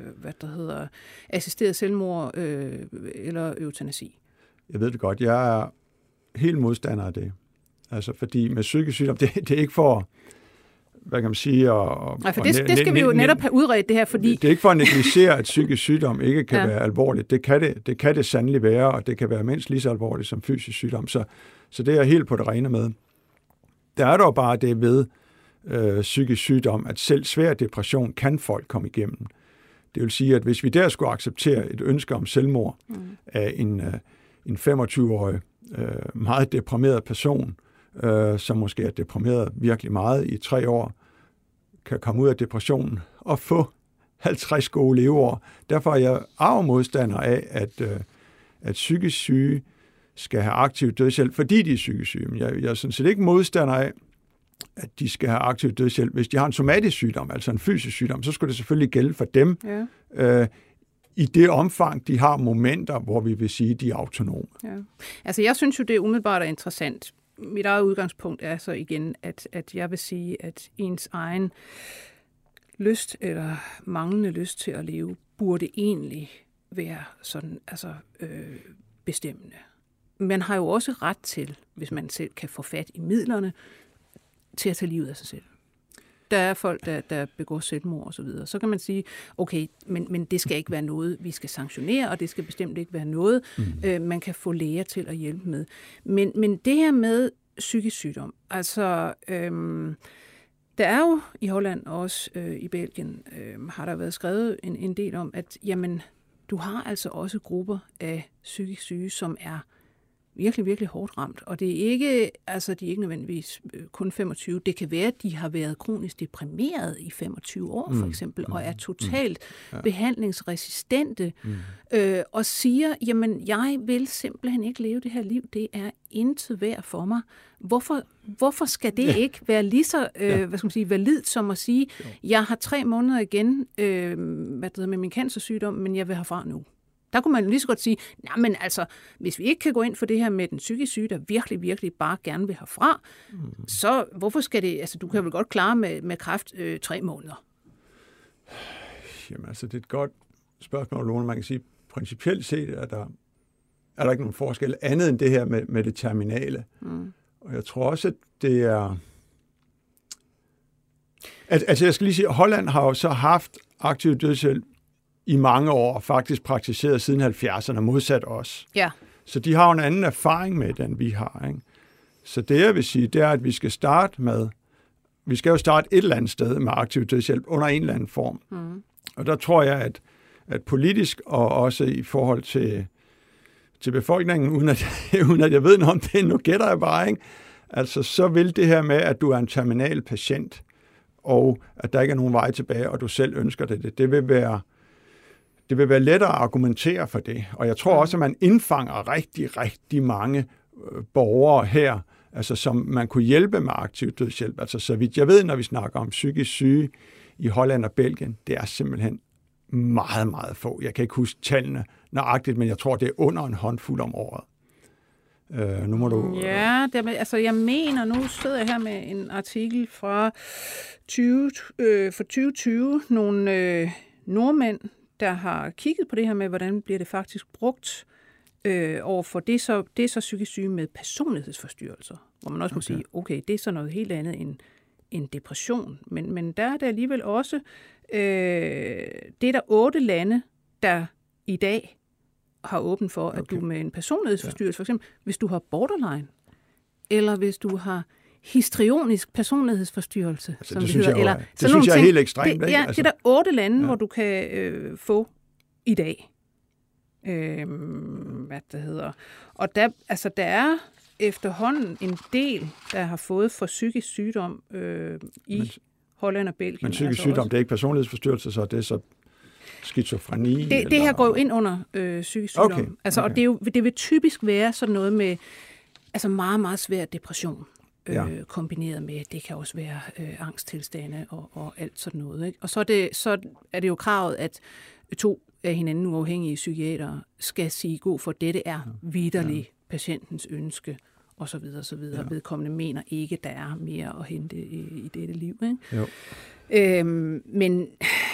assisteret selvmord eller eutanasi. Jeg ved det godt. Jeg er helt modstander af det. Altså, fordi med psykisk sygdom, det er ikke for... Hvad kan man sige? Det skal vi jo netop have udredt det her, fordi... Det er ikke for at negligere, at psykisk sygdom ikke kan være alvorligt. Det kan det sandelig være, og det kan være mindst lige så alvorligt som fysisk sygdom. Så det er jeg helt på det rene med. Der er dog bare det ved psykisk sygdom, at selv svær depression kan folk komme igennem. Det vil sige, at hvis vi der skulle acceptere et ønske om selvmord af en 25-årig, meget deprimeret person, som måske er deprimeret virkelig meget i 3 år, kan komme ud af depressionen og få 50 gode leveår. Derfor er jeg arvemodstander af, at psykisk syge skal have aktiv dødshjælp, fordi de er psykisk syge. Men jeg er sådan set ikke modstander af, at de skal have aktiv dødshjælp. Hvis de har en somatisk sygdom, altså en fysisk sygdom, så skulle det selvfølgelig gælde for dem, i det omfang, de har momenter, hvor vi vil sige, de er autonome. Ja. Altså jeg synes jo, det er umiddelbart og interessant. Mit eget udgangspunkt er så igen, at jeg vil sige, at ens egen lyst eller manglende lyst til at leve, burde egentlig være sådan, bestemmende. Man har jo også ret til, hvis man selv kan få fat i midlerne, til at tage livet af sig selv. Der er folk, der begår selvmord og så videre. Så kan man sige, okay, men det skal ikke være noget, vi skal sanktionere, og det skal bestemt ikke være noget, man kan få læger til at hjælpe med. Men det her med psykisk sygdom, altså der er jo i Holland og også i Belgien, har der været skrevet en del om, at jamen, du har altså også grupper af psykisk syge, som er virkelig, virkelig hårdt ramt. Og det er ikke, altså de er ikke nødvendigvis kun 25. Det kan være, at de har været kronisk deprimeret i 25 år, for eksempel, og er totalt behandlingsresistente, og siger, jamen, jeg vil simpelthen ikke leve det her liv. Det er intet værd for mig. Hvorfor skal det ikke være lige så validt som at sige, jeg har 3 måneder igen med min cancersygdom, men jeg vil herfra nu. Der kunne man lige så godt sige, men altså, hvis vi ikke kan gå ind for det her med den psykisk syge, der virkelig, virkelig bare gerne vil herfra, så hvorfor skal det, altså du kan vel godt klare med kræft 3 måneder? Jamen altså, det er et godt spørgsmål, Lone. Man kan sige, principielt set er der ikke nogen forskel andet end det her med det terminale. Og jeg tror også, at det er... Altså jeg skal lige sige, at Holland har jo så haft aktiv dødshjælp i mange år, faktisk praktiseret siden 70'erne, modsat os. Ja. Så de har jo en anden erfaring med, end vi har. Ikke? Så det, jeg vil sige, det er, at vi skal jo starte et eller andet sted med aktiv dødshjælp under en eller anden form. Mm. Og der tror jeg, at politisk og også i forhold til befolkningen, uden at jeg ved noget om det, nu gætter jeg bare, ikke? Altså, så vil det her med, at du er en terminal patient, og at der ikke er nogen vej tilbage, og du selv ønsker det vil være lettere at argumentere for det. Og jeg tror også, at man indfanger rigtig, rigtig mange borgere her, altså som man kunne hjælpe med aktiv dødshjælp. Altså så vidt jeg ved, når vi snakker om psykisk syge i Holland og Belgien, det er simpelthen meget, meget få. Jeg kan ikke huske tallene nøjagtigt, men jeg tror, det er under en håndfuld om året. Nu må du... Ja, jeg mener, nu sidder jeg her med en artikel fra 2020, nogle nordmænd, der har kigget på det her med, hvordan bliver det faktisk brugt overfor det er så psykisk syge med personlighedsforstyrrelser, hvor man også må sige, okay, det er så noget helt andet end depression. Men der er det alligevel også, det er der 8 lande, der i dag har åbent for, at du med en personlighedsforstyrrelse, for eksempel hvis du har borderline, eller hvis du har histrionisk personlighedsforstyrrelse, altså, som det hedder. Eller det synes jeg er helt ekstremt. Det er der 8 lande, hvor du kan få i dag. Hvad det hedder. Og der er efterhånden en del, der har fået for psykisk sygdom i Holland og Belgien. Men psykisk sygdom, det er ikke personlighedsforstyrrelse, så det er så skizofreni? Det her går jo ind under psykisk sygdom. Okay. Altså, og det vil typisk være sådan noget med meget, meget svær depression. Kombineret med, det kan også være angsttilstande og alt sådan noget. Ikke? Og så er det jo kravet, at 2 af hinanden uafhængige psykiatere skal sige god for, dette er vitterlig patientens ønske, og så videre, så videre. Vedkommende mener ikke, der er mere at hente i dette liv. Ikke? Jo. Men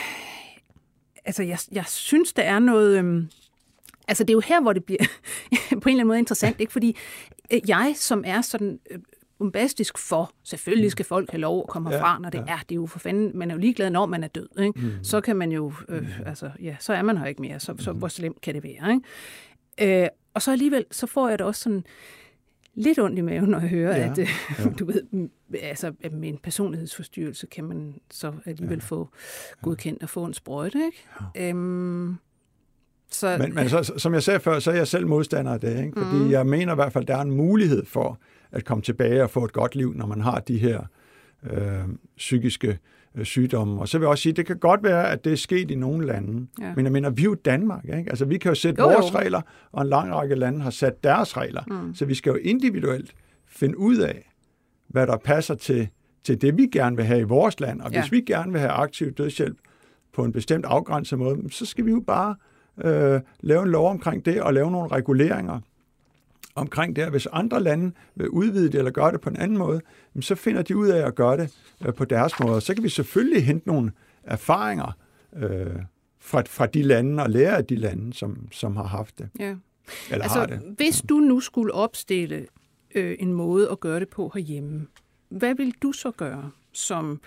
jeg synes, der er noget... det er jo her, hvor det bliver på en eller anden måde interessant, ikke? Fordi jeg, som er sådan... bombastisk for, selvfølgelig skal folk have lov at komme herfra, når det er. Det er jo for fanden, man er jo ligeglad, når man er død. Ikke? Så kan man jo, så er man her ikke mere, så hvor slemt kan det være. Ikke? Og så alligevel, så får jeg det også sådan lidt ondt i maven, når jeg hører, at du ved, med en personlighedsforstyrrelse kan man så alligevel få godkendt at få en sprøjte. Ikke? Men så, som jeg sagde før, så er jeg selv modstander af det. Ikke? Fordi jeg mener i hvert fald, at der er en mulighed for at komme tilbage og få et godt liv, når man har de her psykiske sygdomme. Og så vil jeg også sige, at det kan godt være, at det er sket i nogle lande. Ja. Men jeg mener, vi er jo Danmark. Ikke? Altså, vi kan jo sætte vores regler, og en lang række lande har sat deres regler. Så vi skal jo individuelt finde ud af, hvad der passer til det, vi gerne vil have i vores land. Og hvis vi gerne vil have aktiv dødshjælp på en bestemt afgrænset måde, så skal vi jo bare lave en lov omkring det, og lave nogle reguleringer omkring det. Hvis andre lande vil udvide det eller gøre det på en anden måde, så finder de ud af at gøre det på deres måde. Så kan vi selvfølgelig hente nogle erfaringer fra de lande og lære af de lande, som har haft det. Ja. Eller har det. Hvis du nu skulle opstille en måde at gøre det på herhjemme, hvad vil du så gøre som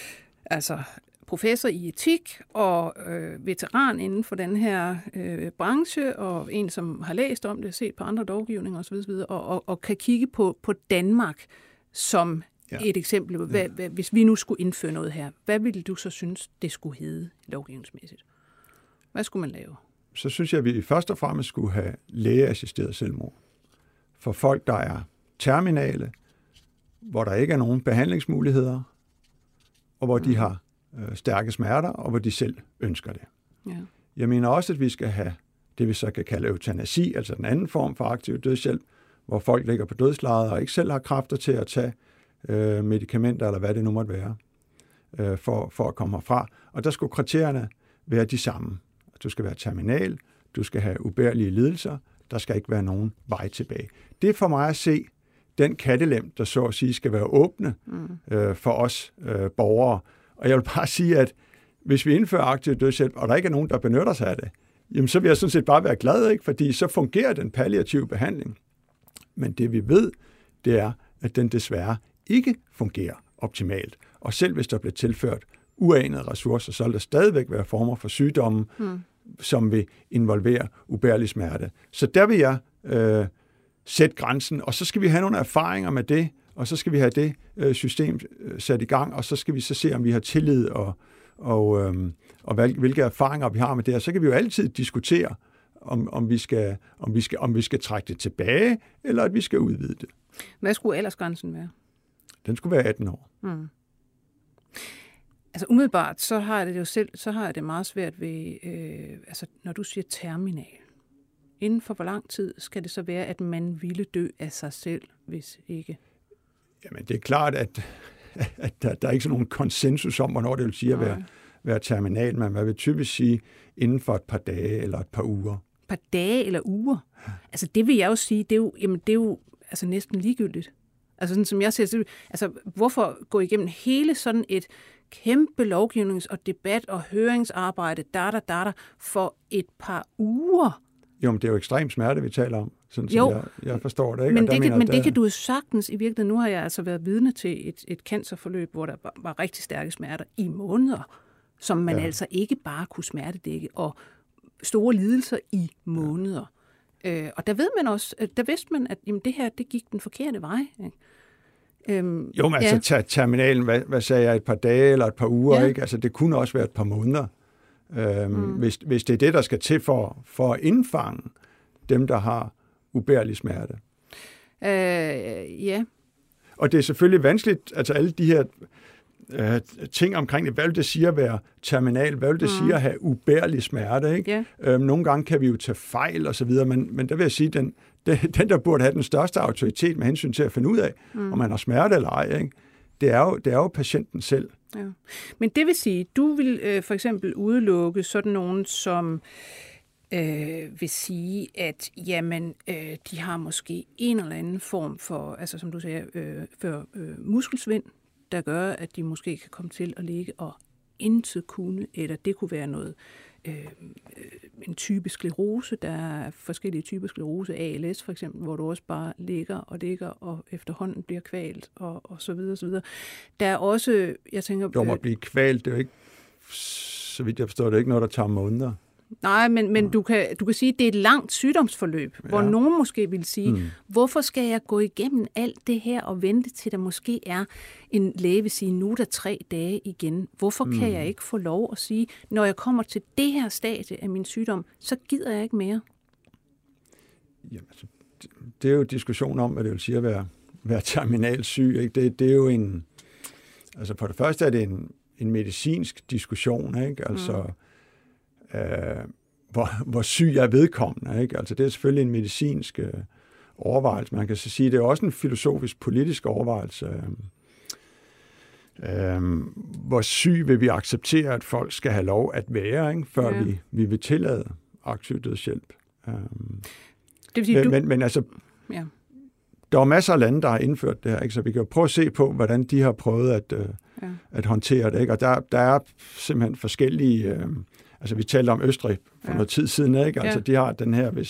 professor i etik og veteran inden for den her branche, og en, som har læst om det, set på andre lovgivninger osv., og kan kigge på Danmark som et eksempel. Hvis vi nu skulle indføre noget her, hvad ville du så synes, det skulle hedde lovgivningsmæssigt? Hvad skulle man lave? Så synes jeg, at vi først og fremmest skulle have lægeassisteret selvmord. For folk, der er terminale, hvor der ikke er nogen behandlingsmuligheder, og hvor de har stærke smerter, og hvor de selv ønsker det. Ja. Jeg mener også, at vi skal have det, vi så kan kalde eutanasi, altså den anden form for aktiv dødshjælp, hvor folk ligger på dødslejet og ikke selv har kræfter til at tage medicamenter, eller hvad det nu måtte være, for at komme herfra. Og der skulle kriterierne være de samme. Du skal være terminal, du skal have ubærlige lidelser, der skal ikke være nogen vej tilbage. Det er for mig at se den kattelem, der så at sige skal være åbne for os borgere. Og jeg vil bare sige, at hvis vi indfører aktiv dødshjælp, og der ikke er nogen, der benytter sig af det, jamen så vil jeg sådan set bare være glad, ikke? Fordi så fungerer den palliative behandling. Men det vi ved, det er, at den desværre ikke fungerer optimalt. Og selv hvis der bliver tilført uanede ressourcer, så vil der stadigvæk være former for sygdomme, som vil involvere ubærlig smerte. Så der vil jeg sætte grænsen, og så skal vi have nogle erfaringer med det, og så skal vi have det system sat i gang, og så skal vi så se, om vi har tillid, og hvilke erfaringer vi har med det, og så kan vi jo altid diskutere, om vi skal trække det tilbage, eller at vi skal udvide det. Hvad skulle aldersgrænsen være? Den skulle være 18 år. Mm. Altså umiddelbart, så har jeg det meget svært ved, altså når du siger terminal. Inden for hvor lang tid skal det så være, at man ville dø af sig selv, hvis ikke? Jamen, det er klart, at der er ikke sådan nogen konsensus om, hvornår det vil sige at være terminal, men man vil typisk sige inden for et par dage eller et par uger. Et par dage eller uger? Altså det vil jeg jo sige, det er jo altså næsten ligegyldigt. Altså sådan som jeg ser, altså hvorfor gå igennem hele sådan et kæmpe lovgivnings- og debat- og høringsarbejde, for et par uger? Jo, men det er jo ekstrem smerte, vi taler om, sådan som jeg forstår det. Ikke? Men det kan du jo sagtens i virkeligheden. Nu har jeg altså været vidne til et cancerforløb, hvor der var rigtig stærke smerter i måneder, som man altså ikke bare kunne smertedække, og store lidelser i måneder. Og der vidste man, at jamen, det her, det gik den forkerte vej. Ikke? Jo, men altså terminalen, hvad sagde jeg, et par dage eller et par uger, ikke? Altså det kunne også være et par måneder. Hvis det er det, der skal til for at indfange dem, der har ubærlig smerte. Ja. Og det er selvfølgelig vanskeligt, altså alle de her ting omkring det, hvad vil det sige at være terminal, hvad vil det sige at have ubærlig smerte, ikke? Nogle gange kan vi jo tage fejl og så videre, men der vil jeg sige, den der burde have den største autoritet med hensyn til at finde ud af, om man har smerte eller ej, ikke? Det er jo patienten selv. Ja. Men det vil sige, du vil for eksempel udelukke sådan nogen, som vil sige, at jamen, de har måske en eller anden form for, altså som du sagde, muskelsvind, der gør, at de måske kan komme til at ligge og intet kunne, eller det kunne være noget, en type sklerose. Der er forskellige typer sklerose, ALS for eksempel, hvor du også bare ligger og efterhånden bliver kvalt og så videre, så videre. Der er også, jeg tænker... Jo, at blive kvalt, det er jo ikke, så vidt jeg forstår, det er ikke noget, der tager måneder. Nej, men du kan sige, at det er et langt sygdomsforløb, hvor nogen måske vil sige, hvorfor skal jeg gå igennem alt det her og vente til der måske er en læge vil sige, nu er der 3 dage igen. Hvorfor kan jeg ikke få lov at sige, når jeg kommer til det her stadie af min sygdom, så gider jeg ikke mere? Jamen, altså, det er jo diskussion om, hvad det vil sige at være terminal syg. Ikke? Det er jo en... Altså for det første er det en medicinsk diskussion, ikke? Altså... hvor syg er vedkommende. Ikke? Altså, det er selvfølgelig en medicinsk overvejelse. Man kan så sige, det er også en filosofisk-politisk overvejelse. Hvor syg vil vi acceptere, at folk skal have lov at være, ikke? Før vi vil tillade aktiv dødshjælp. Det vil sige, men altså, der er masser af lande, der har indført det her, ikke? Så vi kan jo prøve at se på, hvordan de har prøvet at håndtere det. Ikke? Og der er simpelthen forskellige... Altså, vi talte om Østrig for noget tid siden, ikke? Altså, de har den her,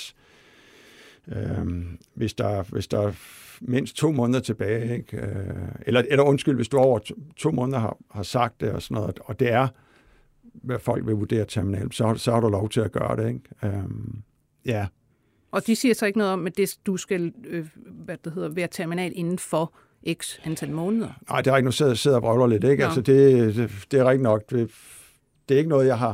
hvis der er mindst 2 måneder tilbage, ikke? Eller undskyld, hvis du over 2 måneder har sagt det og sådan noget, og det er, hvad folk vil vurdere terminal, så har du lov til at gøre det, ikke? Ja. Og de siger så ikke noget om, at du skal være terminal inden for x antal måneder? Nej, det er ikke noget, sidder og brøvler lidt, ikke? Altså, det er rigtigt nok. Det er ikke noget, jeg har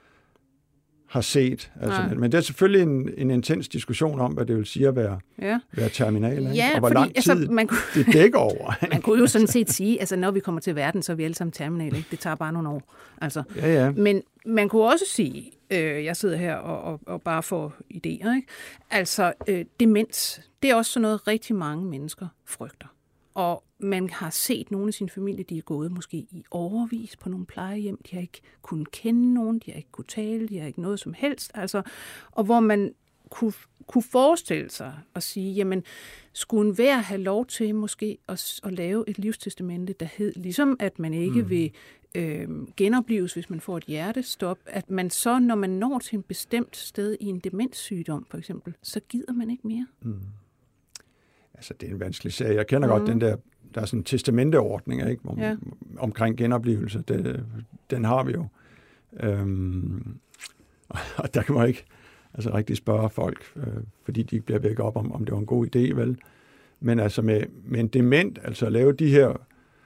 set. Altså, men det er selvfølgelig en intens diskussion om, hvad det vil sige at være terminal, ikke? Og hvor lang tid det dækker over. Man kunne jo sådan set sige, altså når vi kommer til verden, så er vi alle sammen terminale. Ikke? Det tager bare nogle år. Altså, men man kunne også sige, jeg sidder her og bare får idéer, ikke? Altså demens, det er også sådan noget, rigtig mange mennesker frygter. Og man har set nogle af sine familier, de er gået måske i årevis på nogle plejehjem. De har ikke kunnet kende nogen, de har ikke kunnet tale, de har ikke noget som helst. Altså, og hvor man kunne forestille sig at sige, jamen, skulle enhver have lov til måske at lave et livstestamente, der hed, ligesom at man ikke vil genoplives, hvis man får et hjertestop, at man så, når man når til et bestemt sted i en demenssygdom, for eksempel, så gider man ikke mere. Altså, det er en vanskelig sag. Jeg kender godt den der er sådan testamenteordninger, ikke? Omkring genoplivelse. Den har vi jo. Og der kan man ikke... Altså rigtig spørge folk, fordi de ikke bliver væk op, om det var en god idé, vel? Men altså med en dement, altså at lave de her,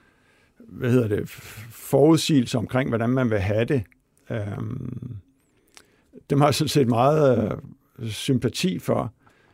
forudsigelser omkring, hvordan man vil have det, dem har jeg sådan set meget sympati for.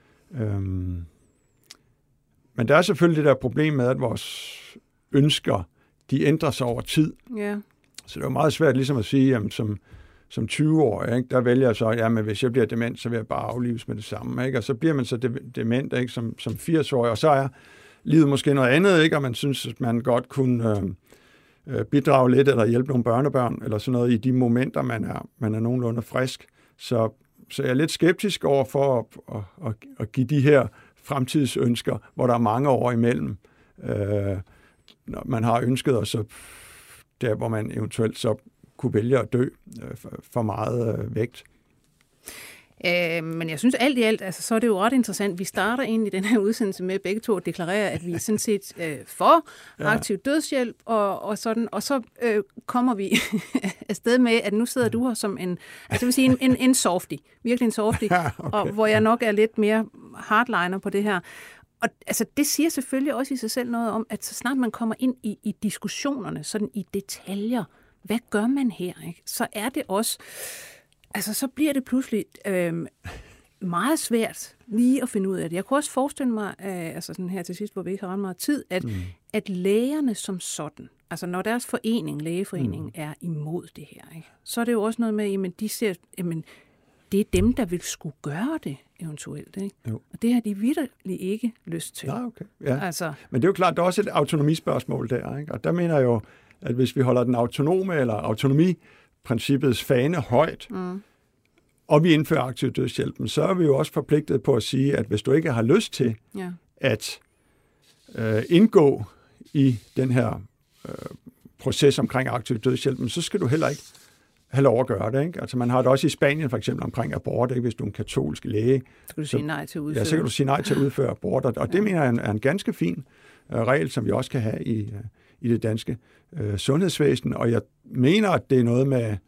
Men der er selvfølgelig det der problem med, at vores ønsker, de ændrer sig over tid. Yeah. Så det er jo meget svært ligesom at sige, jamen, som 20-årig, ikke, der vælger jeg så, jamen hvis jeg bliver dement, så vil jeg bare aflives med det samme. Ikke? Og så bliver man så dement, ikke, som 80-årig, og så er livet måske noget andet, ikke? Og man synes, at man godt kunne bidrage lidt, eller hjælpe nogle børnebørn, eller sådan noget i de momenter, man er nogenlunde frisk. Så jeg er lidt skeptisk over for at give de her fremtidsønsker, hvor der er mange år imellem, når man har ønsket, og så der, hvor man eventuelt så kunne vælge at dø for meget vægt. Men jeg synes alt i alt, altså, så er det jo ret interessant. Vi starter egentlig den her udsendelse med begge to at deklarere, at vi er sådan set for aktiv dødshjælp, og sådan, og så kommer vi afsted med, at nu sidder du her som en softie, virkelig en softie, okay. Og hvor jeg nok er lidt mere hardliner på det her. Og altså, det siger selvfølgelig også i sig selv noget om, at så snart man kommer ind i diskussionerne, sådan i detaljer, hvad gør man her, ikke? Så er det også, altså så bliver det pludselig meget svært lige at finde ud af det. Jeg kunne også forestille mig, altså sådan her til sidst, hvor vi ikke har ret meget tid, at lægerne som sådan, altså når deres lægeforeningen er imod det her, ikke? Så er det jo også noget med, jamen de ser, jamen det er dem, der vil skulle gøre det eventuelt, ikke? Jo. Og det har de vitterligt ikke lyst til. Nej, okay. Ja. Altså. Men det er jo klart, der er også et autonomispørgsmål der, ikke? Og der mener jeg jo, at hvis vi holder den autonome eller autonomiprincippets fane højt, og vi indfører aktiv dødshjælpen, så er vi jo også forpligtet på at sige, at hvis du ikke har lyst til at indgå i den her proces omkring aktiv dødshjælpen, så skal du heller ikke have lov at gøre det. Ikke? Altså man har det også i Spanien for eksempel omkring abort, ikke? Hvis du er en katolsk læge. Så kan du sige nej til at udføre. Ja, så kan du sige nej til at udføre abort, og det mener jeg er en ganske fin regel, som vi også kan have i det danske sundhedsvæsen, og jeg mener, at det er noget med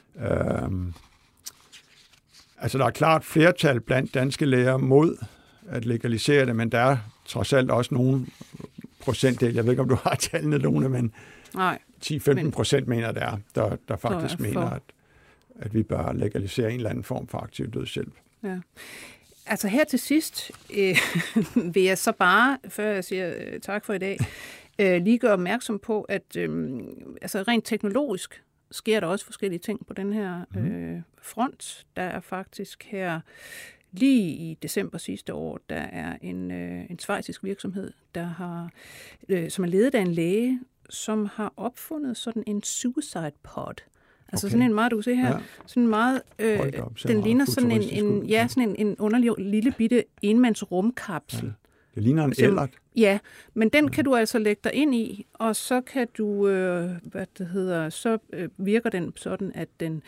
altså der er klart flertal blandt danske læger mod at legalisere det, men der er trods alt også nogle procentdel, jeg ved ikke, om du har tallene, Lone, men 10-15% mener der faktisk mener, at vi bør legalisere en eller anden form for aktiv dødshjælp. Ja. Altså her til sidst vil jeg så bare, før jeg siger tak for i dag, lige gøre opmærksom på, at altså rent teknologisk sker der også forskellige ting på den her front. Der er faktisk her lige i december sidste år, der er en schweizisk virksomhed, som er ledet af en læge, som har opfundet sådan en suicide pod. Altså sådan en meget, du kan se her, sådan en meget, den ligner sådan en underlig lille bitte enmands rumkapsel. Ja. Det ligner en ellert. Ja, men den kan du altså lægge dig ind i, og så kan du, så virker den sådan, at den,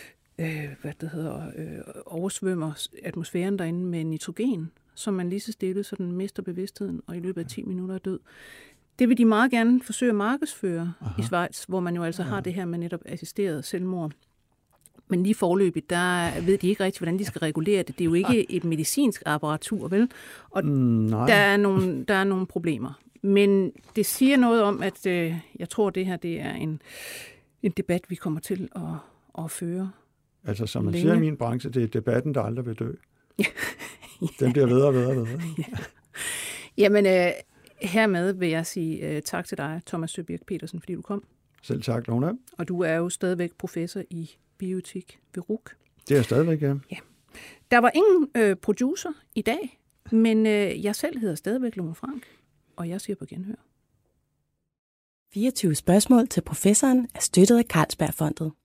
oversvømmer atmosfæren derinde med nitrogen, så man lige så stille, så den mister bevidstheden, og i løbet af 10 minutter er død. Det vil de meget gerne forsøge at markedsføre i Schweiz, hvor man jo altså har det her med netop assisteret selvmord. Men lige forløbigt, der ved de ikke rigtig, hvordan de skal regulere det. Det er jo ikke et medicinsk apparatur, vel? Og der er nogle problemer. Men det siger noget om, at jeg tror, det her det er en debat, vi kommer til at føre. Altså, som man siger i min branche, det er debatten, der aldrig vil dø. Den bliver bedre og bedre og bedre. Jamen, hermed vil jeg sige tak til dig, Thomas Søbjerg Petersen, fordi du kom. Selv tak, Lone. Og du er jo stadigvæk professor i bioetik ved RUC. Det er jeg stadigvæk, ja. Der var ingen producer i dag, men jeg selv hedder stadigvæk Lone Frank, og jeg siger på genhør. 24 spørgsmål til professoren er støttet af Carlsbergfondet.